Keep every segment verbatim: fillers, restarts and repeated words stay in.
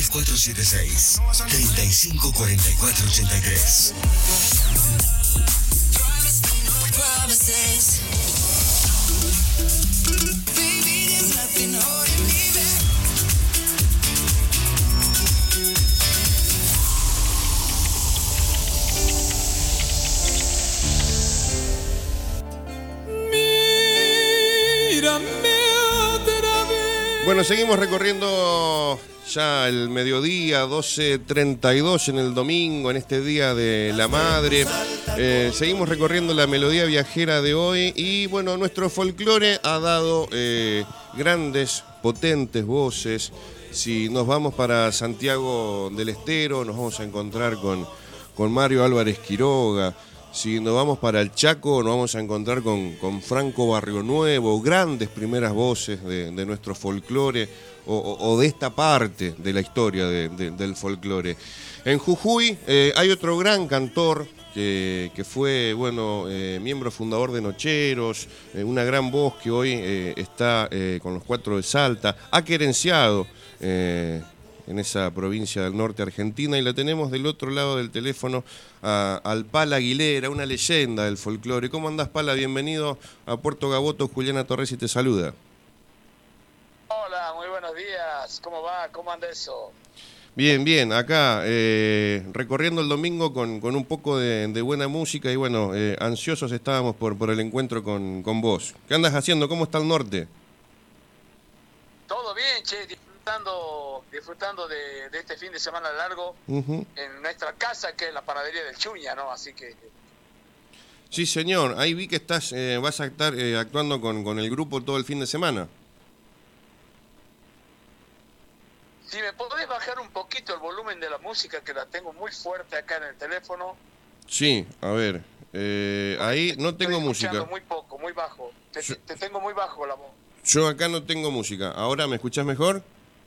tres cuatro siete seis, tres cinco cuatro cuatro ocho tres. Bueno, seguimos recorriendo ya el mediodía, doce treinta y dos en el domingo, en este Día de la Madre. Eh, seguimos recorriendo la melodía viajera de hoy y bueno, nuestro folclore ha dado eh, grandes, potentes voces. Si nos vamos para Santiago del Estero, nos vamos a encontrar con, con Mario Álvarez Quiroga. Si nos vamos para el Chaco, nos vamos a encontrar con, con Franco Barrionuevo, grandes primeras voces de, de nuestro folclore o, o, o de esta parte de la historia de, de, del folclore. En Jujuy eh, hay otro gran cantor que, que fue bueno eh, miembro fundador de Nocheros, eh, una gran voz que hoy eh, está eh, con los Cuatro de Salta, ha querenciado eh, en esa provincia del norte argentina, y la tenemos del otro lado del teléfono a, al Pala Aguilera, una leyenda del folclore. ¿Cómo andás, Pala? Bienvenido a Puerto Gaboto. Juliana Torres y te saluda. Hola, muy buenos días. ¿Cómo va? ¿Cómo anda eso? Bien, bien. Acá, eh, recorriendo el domingo con, con un poco de, de buena música y bueno, eh, ansiosos estábamos por, por el encuentro con, con vos. ¿Qué andas haciendo? ¿Cómo está el norte? Todo bien, che. Disfrutando, disfrutando de, de este fin de semana largo uh-huh. en nuestra casa, que es la panadería del Chuña, ¿no? Así que... Sí, señor. Ahí vi que estás, eh, vas a estar eh, actuando con, con el grupo todo el fin de semana. Si me podés bajar un poquito el volumen de la música, que la tengo muy fuerte acá en el teléfono. Sí, a ver. Eh, ahí no tengo música. Muy poco, muy bajo. Te, Yo... te tengo muy bajo la voz. Yo acá no tengo música. ¿Ahora me escuchás mejor?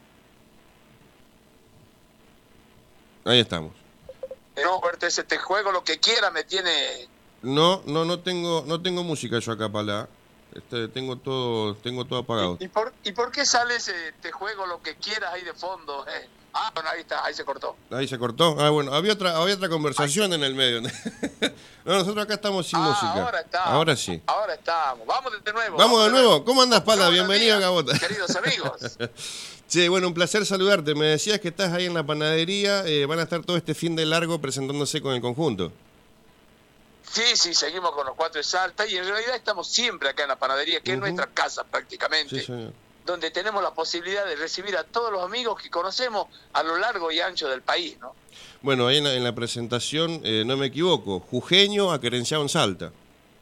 Ahí estamos. No, fuerte ese te juego lo que quiera, me tiene... No, no, no tengo, no tengo música yo acá, Pala. Este, tengo todo, tengo todo apagado. ¿Y, y, por, ¿Y por qué sale ese te juego lo que quieras ahí de fondo? Eh? Ah, bueno, ahí está, ahí se cortó. Ahí se cortó. Ah, bueno, había otra, había otra conversación ahí en el medio. No, nosotros acá estamos sin ah, música. Ahora estamos. Ahora sí. Ahora estamos. Vamos de nuevo. Vamos, vamos de nuevo. nuevo. ¿Cómo andás, Pala? Bienvenido a Gabota. Queridos amigos. Sí, bueno, un placer saludarte. Me decías que estás ahí en la panadería. Eh, van a estar todo este fin de largo presentándose con el conjunto. Sí, sí, seguimos con los Cuatro de Salta y en realidad estamos siempre acá en la panadería, que uh-huh. es nuestra casa prácticamente, sí, señor. Donde tenemos la posibilidad de recibir a todos los amigos que conocemos a lo largo y ancho del país, ¿no? Bueno, ahí en la, en la presentación, eh, no me equivoco, jujeño acerenciado en Salta.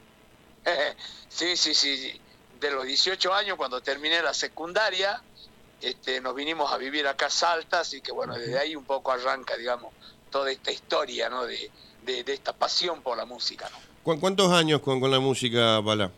sí, sí, sí, de los dieciocho años, cuando terminé la secundaria, este, nos vinimos a vivir acá a Salta, así que bueno, desde ahí un poco arranca, digamos, toda esta historia, ¿no?, de... De, de esta pasión por la música, ¿no? ¿Cu- ¿Cuántos años con, con la música, Pala?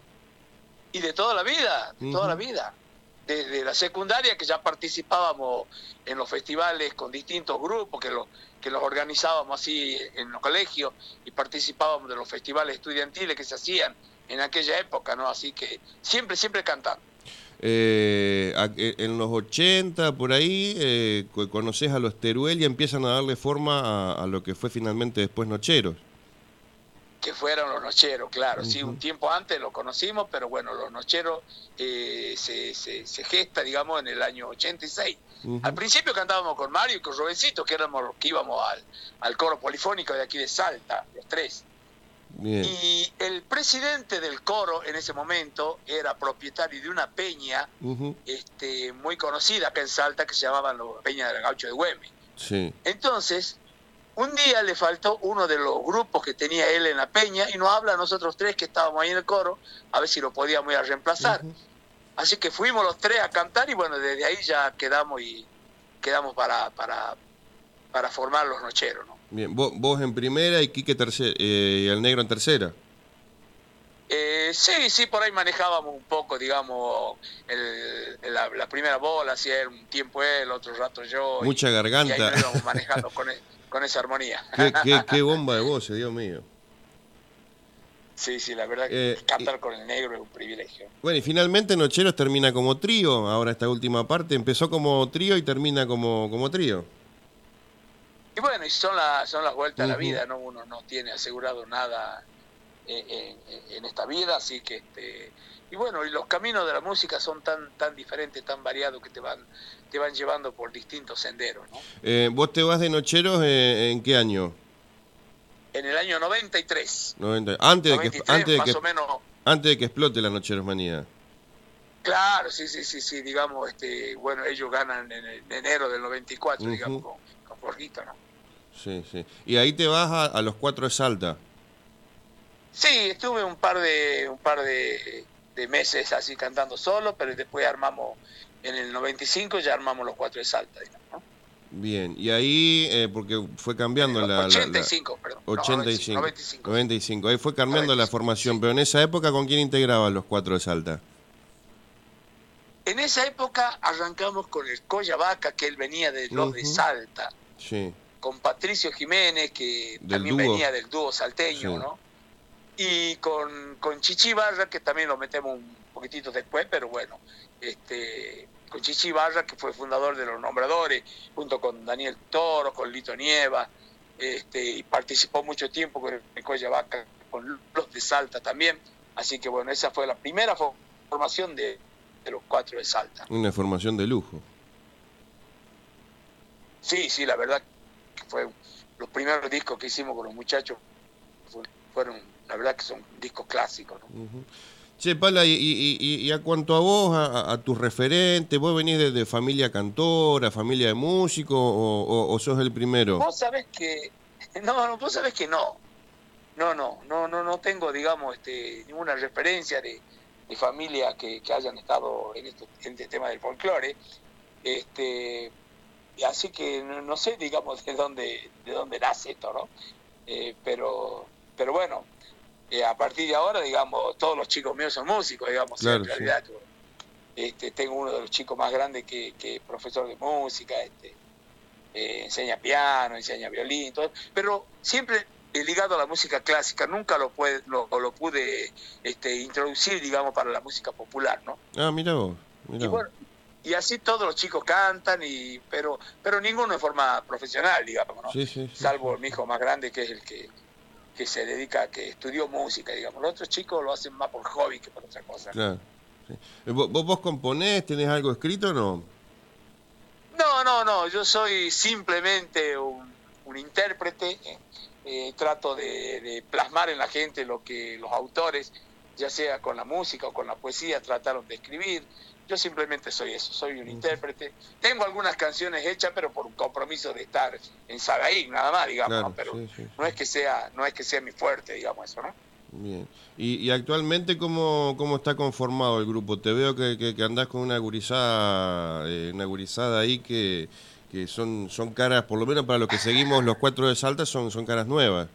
Y de toda la vida, de uh-huh. toda la vida. Desde la secundaria, que ya participábamos en los festivales con distintos grupos, que, lo, que los organizábamos así en los colegios, y participábamos de los festivales estudiantiles que se hacían en aquella época, ¿no? Así que siempre, siempre cantando. Eh, en los ochenta, por ahí, eh, conoces a los Teruel y empiezan a darle forma a, a lo que fue finalmente después Nocheros. Que fueron los Nocheros, claro. Uh-huh. Sí, un tiempo antes lo conocimos, pero bueno, los Nocheros eh, se, se, se gesta, digamos, en el año ochenta y seis. Uh-huh. Al principio cantábamos con Mario y con Rubensito, que éramos los que íbamos al, al coro polifónico de aquí de Salta, los tres. Bien. Y el presidente del coro en ese momento era propietario de una peña uh-huh. este, muy conocida acá en Salta, que se llamaba la Peña del Gaucho de Güemes. Sí. Entonces, un día le faltó uno de los grupos que tenía él en la peña y nos habla a nosotros tres que estábamos ahí en el coro a ver si lo podíamos ir a reemplazar. Uh-huh. Así que fuimos los tres a cantar y bueno, desde ahí ya quedamos y quedamos para, para, para formar los Nocheros, ¿no? Bien, vos, vos en primera y Quique tercera, eh, y el negro en tercera. Eh, sí, sí, por ahí manejábamos un poco, digamos, el, la, la primera bola, hacía un tiempo él, otro rato yo. Mucha y, garganta. Y ahí nos íbamos manejando con, el, con esa armonía. Qué, qué, qué bomba de voces, Dios mío. Sí, sí, la verdad que Eh, cantar y, con el negro es un privilegio. bueno, y finalmente Nocheros termina como trío, ahora esta última parte, empezó como trío y termina como, como trío. Y bueno, y son, la, son las vueltas a la Uh-huh. vida, ¿no? Uno no tiene asegurado nada en, en, en esta vida, así que... este y bueno, y los caminos de la música son tan tan diferentes, tan variados, que te van te van llevando por distintos senderos, ¿no? Eh, ¿Vos te vas de Nocheros eh, en qué año? En el año noventa y tres, noventa, antes de que noventa y tres antes de más que o menos. antes de que explote la Nocheros manía. Claro, sí, sí, sí, sí, digamos, este, bueno, ellos ganan en, en enero del noventa y cuatro, uh-huh. digamos, con, con Jorgito, ¿no? Sí, sí. Y ahí te vas a, a los Cuatro de Salta. Sí, estuve un par de un par de, de meses así cantando solo, pero después armamos, en el noventa y cinco ya armamos los Cuatro de Salta, digamos, ¿no? Bien, y ahí, eh, porque fue cambiando la... ochenta y cinco, la, la, perdón. ochenta y cinco, no, noventa y cinco, noventa y cinco. Ahí fue cambiando noventa y cinco, la formación, sí. Pero en esa época, ¿con quién integraban los Cuatro de Salta? En esa época arrancamos con el Colla Vaca, que él venía de los uh-huh. de Salta. Sí. Con Patricio Jiménez, que del también dúo. venía del dúo salteño, sí. ¿no? Y con, con Chichi Barra, que también lo metemos un poquitito después, pero bueno, este, con Chichi Barra, que fue fundador de Los Nombradores, junto con Daniel Toro, con Lito Nieva, este, y participó mucho tiempo con el Colla Vaca, con los de Salta también. Así que bueno, esa fue la primera formación de, de los Cuatro de Salta. Una formación de lujo. Sí, sí, la verdad que fue los primeros discos que hicimos con los muchachos, fueron, la verdad que son discos clásicos, ¿no? Uh-huh. Che, Pala, y, y, y, y a cuanto a vos, a, a tus referentes, ¿vos venís de, de familia cantora, familia de músicos, o, o, o sos el primero? Vos sabés que, no, no, vos sabés que no, no, no, no, no, no tengo, digamos, este, ninguna referencia de, de familia que, que hayan estado en, esto, en este tema del folclore, este, así que no, no sé, digamos, de dónde, de dónde nace esto, ¿no? Eh, pero, pero bueno, eh, a partir de ahora, digamos, todos los chicos míos son músicos, digamos, claro, en realidad sí. yo, este, tengo uno de los chicos más grandes que, que es profesor de música, este, eh, enseña piano, enseña violín, todo, pero siempre ligado a la música clásica, nunca lo, puede, lo, lo pude este, introducir, digamos, para la música popular, ¿no? Ah, mira vos, mirá y bueno, y así todos los chicos cantan, y pero pero ninguno de forma profesional, digamos, ¿no? Sí, sí, sí, salvo sí. mi hijo más grande, que es el que, que se dedica, que estudió música, digamos. Los otros chicos lo hacen más por hobby que por otra cosa. Claro. Sí. ¿Vos, ¿Vos componés? ¿Tenés algo escrito o no? No, no, no. Yo soy simplemente un, un intérprete. Eh, eh, trato de, de plasmar en la gente lo que los autores, ya sea con la música o con la poesía, trataron de escribir. Yo simplemente soy eso, soy un intérprete. Tengo algunas canciones hechas, pero por un compromiso de estar en Sagaín, nada más, digamos, claro, ¿no? Pero sí, sí, sí. no es que sea, no es que sea mi fuerte, digamos, eso, ¿no? Bien. ¿Y, y actualmente cómo, cómo está conformado el grupo? Te veo que, que, que andás con una gurizada, eh, una gurizada ahí que, que son, son caras, por lo menos para los que seguimos los Cuatro de Salta, son, son caras nuevas.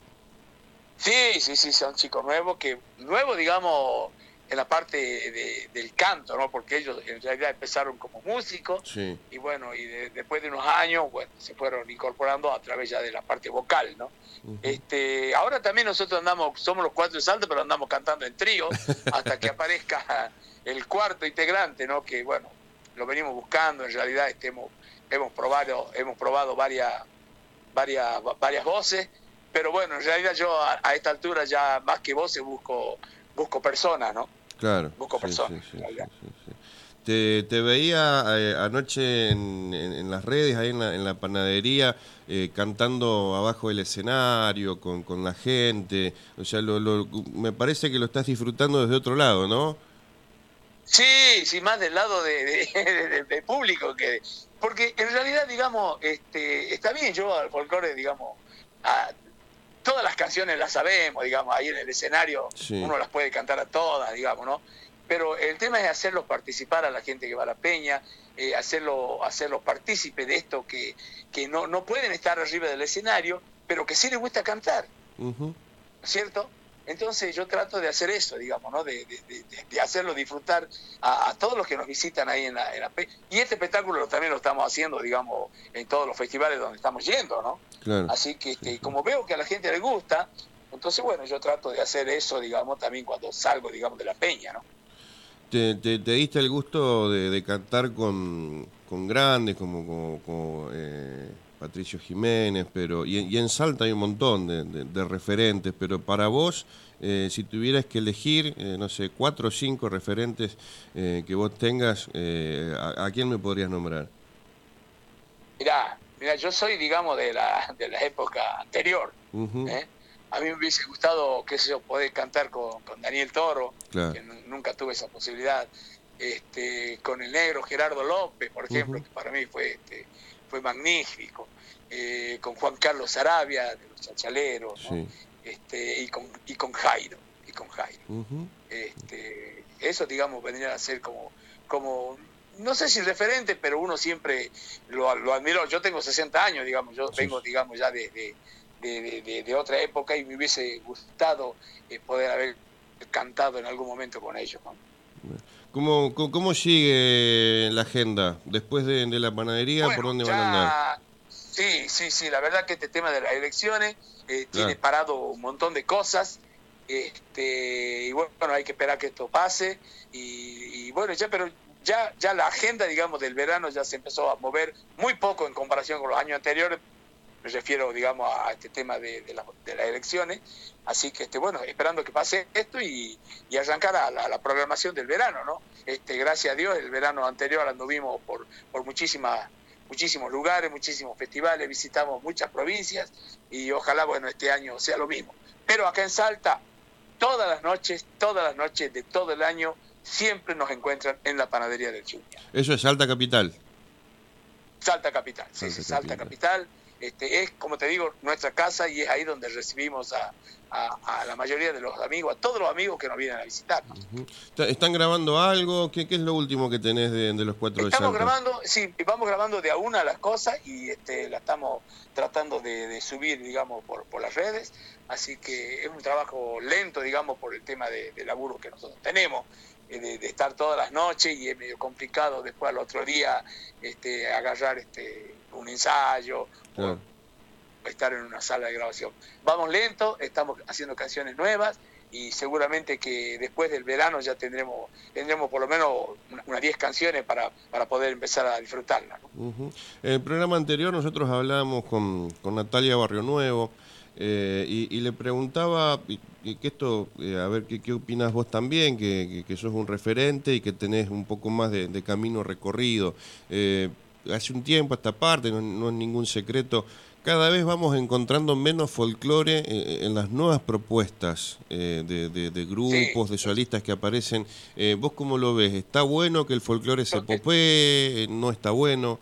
Sí, sí, sí, son chicos nuevos, que nuevos, digamos, en la parte de, del canto, ¿no? Porque ellos en realidad empezaron como músicos, sí. y bueno, y de, después de unos años, bueno, se fueron incorporando a través ya de la parte vocal, ¿no? Uh-huh. Este, ahora también nosotros andamos, somos los Cuatro de Salta, pero andamos cantando en trío, hasta que aparezca el cuarto integrante, ¿no? Que bueno, lo venimos buscando, en realidad este, hemos, hemos probado, hemos probado varias, varias, varias voces, pero bueno, en realidad yo a, a esta altura ya más que voces busco, busco personas, ¿no? Claro. Busco sí, personas. Sí, sí, sí, sí, sí. Te, te veía eh, anoche en, en, en las redes, ahí en la, en la panadería, eh, cantando abajo del escenario, con, con la gente. O sea, lo, lo, me parece que lo estás disfrutando desde otro lado, ¿no? Sí, sí, más del lado de, de, de, de público que... Porque en realidad, digamos, este, está bien, yo al folclore, digamos, a, todas las canciones las sabemos, digamos, ahí en el escenario sí. Uno las puede cantar a todas, digamos, ¿no? Pero el tema es hacerlos participar a la gente que va a la peña, eh, hacerlo, hacerlos partícipes de esto, que, que no, no pueden estar arriba del escenario, pero que sí les gusta cantar, uh-huh. ¿cierto? Entonces yo trato de hacer eso, digamos, ¿no? De, de, de, de hacerlo disfrutar a, a todos los que nos visitan ahí en la, en la peña. Y este espectáculo también lo estamos haciendo, digamos, en todos los festivales donde estamos yendo, ¿no? Claro. Así que sí, sí. como veo que a la gente le gusta, Entonces, bueno, yo trato de hacer eso, digamos, también cuando salgo, digamos, de la peña, ¿no? ¿Te, te, te diste el gusto de, de cantar con, con grandes como, como, como eh, Patricio Jiménez, pero y, y en Salta hay un montón de, de, de referentes, pero para vos, eh, si tuvieras que elegir, eh, no sé, cuatro o cinco referentes eh, que vos tengas, eh, ¿a, ¿a quién me podrías nombrar? Mirá, mirá, yo soy, digamos, de la, de la época anterior, Uh-huh. ¿eh? A mí me hubiese gustado, qué sé yo, poder cantar con, con Daniel Toro, Claro. que n- nunca tuve esa posibilidad, este, con el negro Gerardo López, por ejemplo, Uh-huh. que para mí fue, este, fue magnífico, eh, con Juan Carlos Sarabia, de los Chachaleros, ¿no? Sí. Este, y, con, y con Jairo, y con Jairo. Uh-huh. Este, eso, digamos, vendría a ser como, como, no sé si referente, pero uno siempre lo, lo admiró. Yo tengo sesenta años, digamos, yo Sí. vengo, digamos, ya de, de, de, de, de otra época y me hubiese gustado eh, poder haber cantado en algún momento con ellos, ¿no? ¿Cómo, cómo, cómo sigue la agenda? Después de, de la panadería, Bueno, ¿por dónde ya, van a andar? sí, sí, sí, la verdad que este tema de las elecciones eh, tiene Claro. parado un montón de cosas, este, y bueno, hay que esperar que esto pase, y, y bueno, ya, pero ya, ya la agenda, digamos, del verano ya se empezó a mover muy poco en comparación con los años anteriores, me refiero, digamos, a este tema de, de, la, de las elecciones, así que, este, bueno, esperando que pase esto y, y arrancar a la, la programación del verano, ¿no? Este, gracias a Dios, el verano anterior anduvimos por, por muchísimas, muchísimos lugares, muchísimos festivales, visitamos muchas provincias y ojalá, bueno, este año sea lo mismo. Pero acá en Salta, todas las noches, todas las noches de todo el año, siempre nos encuentran en la panadería del Chuña. Eso es Salta Capital. Salta Capital, sí, Salta sí, Salta Capital. Capital. Este, es, como te digo, nuestra casa y es ahí donde recibimos a, a, a la mayoría de los amigos, a todos los amigos que nos vienen a visitar, ¿no? Uh-huh. ¿Está- ¿Están grabando algo? ¿Qué, qué es lo último que tenés de, de los cuatro de Estamos Salta? grabando, sí, vamos grabando de a una las cosas y este, la estamos tratando de, de subir, digamos, por, por las redes, así que es un trabajo lento, digamos, por el tema de, de laburo que nosotros tenemos, eh, de, de estar todas las noches y es medio complicado después al otro día este, agarrar este, un ensayo, Claro. o estar en una sala de grabación. Vamos lento, estamos haciendo canciones nuevas y seguramente que después del verano ya tendremos tendremos por lo menos una- unas diez canciones para, para poder empezar a disfrutarlas, ¿no? Uh-huh. En el programa anterior nosotros hablábamos con, con Natalia Barrio Nuevo eh, y, y le preguntaba y, y que esto, eh, a ver qué, qué opinás vos también, que, que, que sos un referente y que tenés un poco más de, de camino recorrido. Eh, hace un tiempo a esta parte, no, no es ningún secreto, cada vez vamos encontrando menos folclore eh, en las nuevas propuestas eh, de, de, de grupos, Sí, de solistas que aparecen. Eh, ¿Vos cómo lo ves? ¿Está bueno que el folclore se Lo que- popee? ¿No está bueno?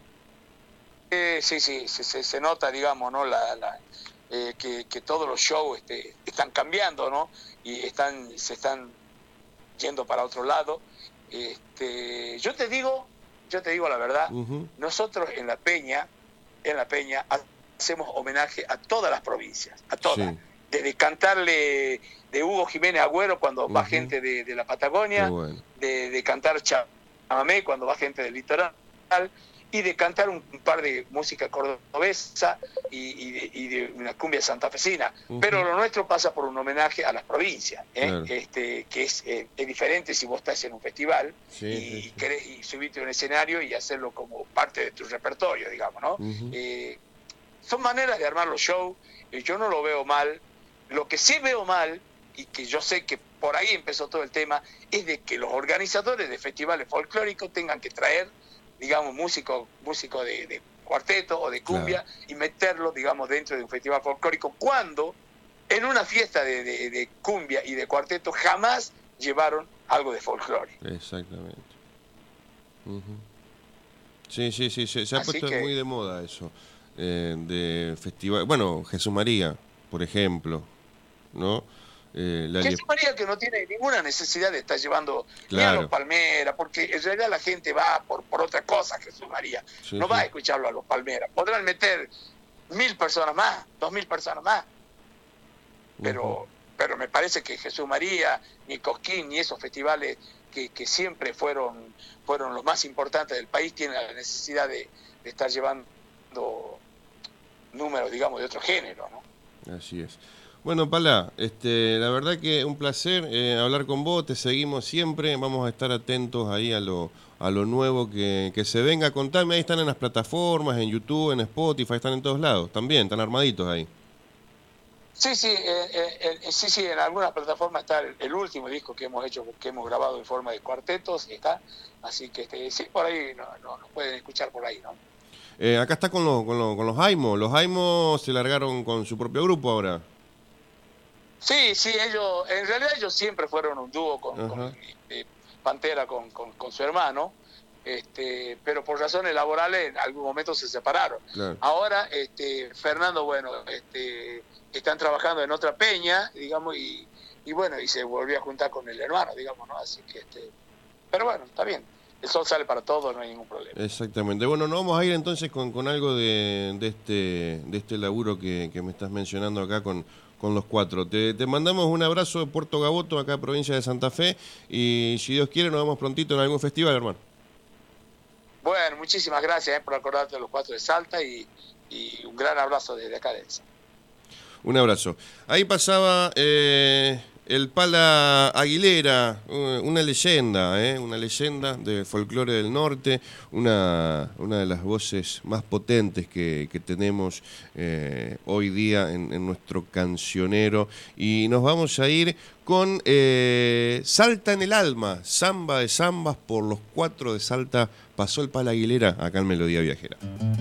eh, sí, sí, se, se, se nota, digamos, ¿no? La, la, eh, que, que todos los shows este, están cambiando, ¿no? Y están, se están yendo para otro lado. Este, yo te digo, yo te digo la verdad, Uh-huh. nosotros en la Peña, en la Peña hacemos homenaje a todas las provincias, a todas. Sí. Desde cantarle de Hugo Jiménez Agüero cuando va Ujú. gente de, de la Qué Patagonia, bueno. de, de cantar chamamé cuando va gente del litoral, y de cantar un, un par de música cordobesa y, y, de, y de una cumbia santafesina. Ujú. Pero lo nuestro pasa por un homenaje a las provincias, ¿eh? Claro. este, que es, eh, es diferente si vos estás en un festival Sí, y, sí, sí. querés y subirte a un escenario y hacerlo como parte de tu repertorio, digamos, ¿no? Ujú. Eh, son maneras de armar los shows, eh, yo no lo veo mal. Lo que sí veo mal, y que yo sé que por ahí empezó todo el tema, es de que los organizadores de festivales folclóricos tengan que traer, digamos, músicos músico de, de cuarteto o de cumbia, Claro. y meterlo, digamos, dentro de un festival folclórico, cuando en una fiesta de, de, de cumbia y de cuarteto jamás llevaron algo de folclore. Exactamente. Ujú. Sí, sí, sí, se, se ha Así puesto que- muy de moda eso. eh, de festival. Bueno, Jesús María, por ejemplo, ¿no? Eh, la Jesús Lie- María, que no tiene ninguna necesidad de estar llevando ni a Claro. los Palmeras, porque en realidad la gente va por, por otra cosa, Jesús María. Sí, no sí. va a escucharlo a los Palmeras. Podrán meter mil personas más, dos mil personas más, pero, Ujú. pero me parece que Jesús María, ni Cosquín, ni esos festivales que, que siempre fueron, fueron los más importantes del país, tienen la necesidad de, de estar llevando números, digamos, de otro género, ¿no? Así es. Bueno, Pala, este, la verdad que un placer eh, hablar con vos, te seguimos siempre, vamos a estar atentos ahí a lo, a lo nuevo que, que se venga. Contame, ahí están en las plataformas, en YouTube, en Spotify, están en todos lados, también, están armaditos ahí. Sí, sí, eh, eh, eh, sí, sí, en algunas plataformas está el, el último disco que hemos hecho, que hemos grabado en forma de cuartetos, está, así que este, sí, por ahí no, no, nos pueden escuchar por ahí, ¿no? Eh, acá está con, lo, con, lo, con los Jaimos, los Jaimos se largaron con su propio grupo ahora. Sí, sí, ellos, en realidad ellos siempre fueron un dúo con, con eh, Pantera, con, con, con su hermano, este, pero por razones laborales en algún momento se separaron. Claro. Ahora, este, Fernando, bueno, este, están trabajando en otra peña, digamos, y, y bueno, y se volvió a juntar con el hermano, digamos, ¿no? Así que, este, pero bueno, está bien. El sol sale para todos, no hay ningún problema. Exactamente. Bueno, nos vamos a ir entonces con, con algo de, de este de este laburo que, que me estás mencionando acá con, con los cuatro. Te, te mandamos un abrazo de Puerto Gaboto, acá provincia de Santa Fe, y si Dios quiere nos vemos prontito en algún festival, hermano. Bueno, muchísimas gracias eh, por acordarte de los cuatro de Salta y, y un gran abrazo desde acá de Elsa. Un abrazo. Ahí pasaba eh, el Pala Aguilera, una leyenda, ¿eh? una leyenda de folclore del norte, una, una de las voces más potentes que, que tenemos eh, hoy día en, en nuestro cancionero. Y nos vamos a ir con eh, Salta en el alma, samba de zambas por los cuatro de Salta. Pasó el Pala Aguilera acá en Melodía Viajera.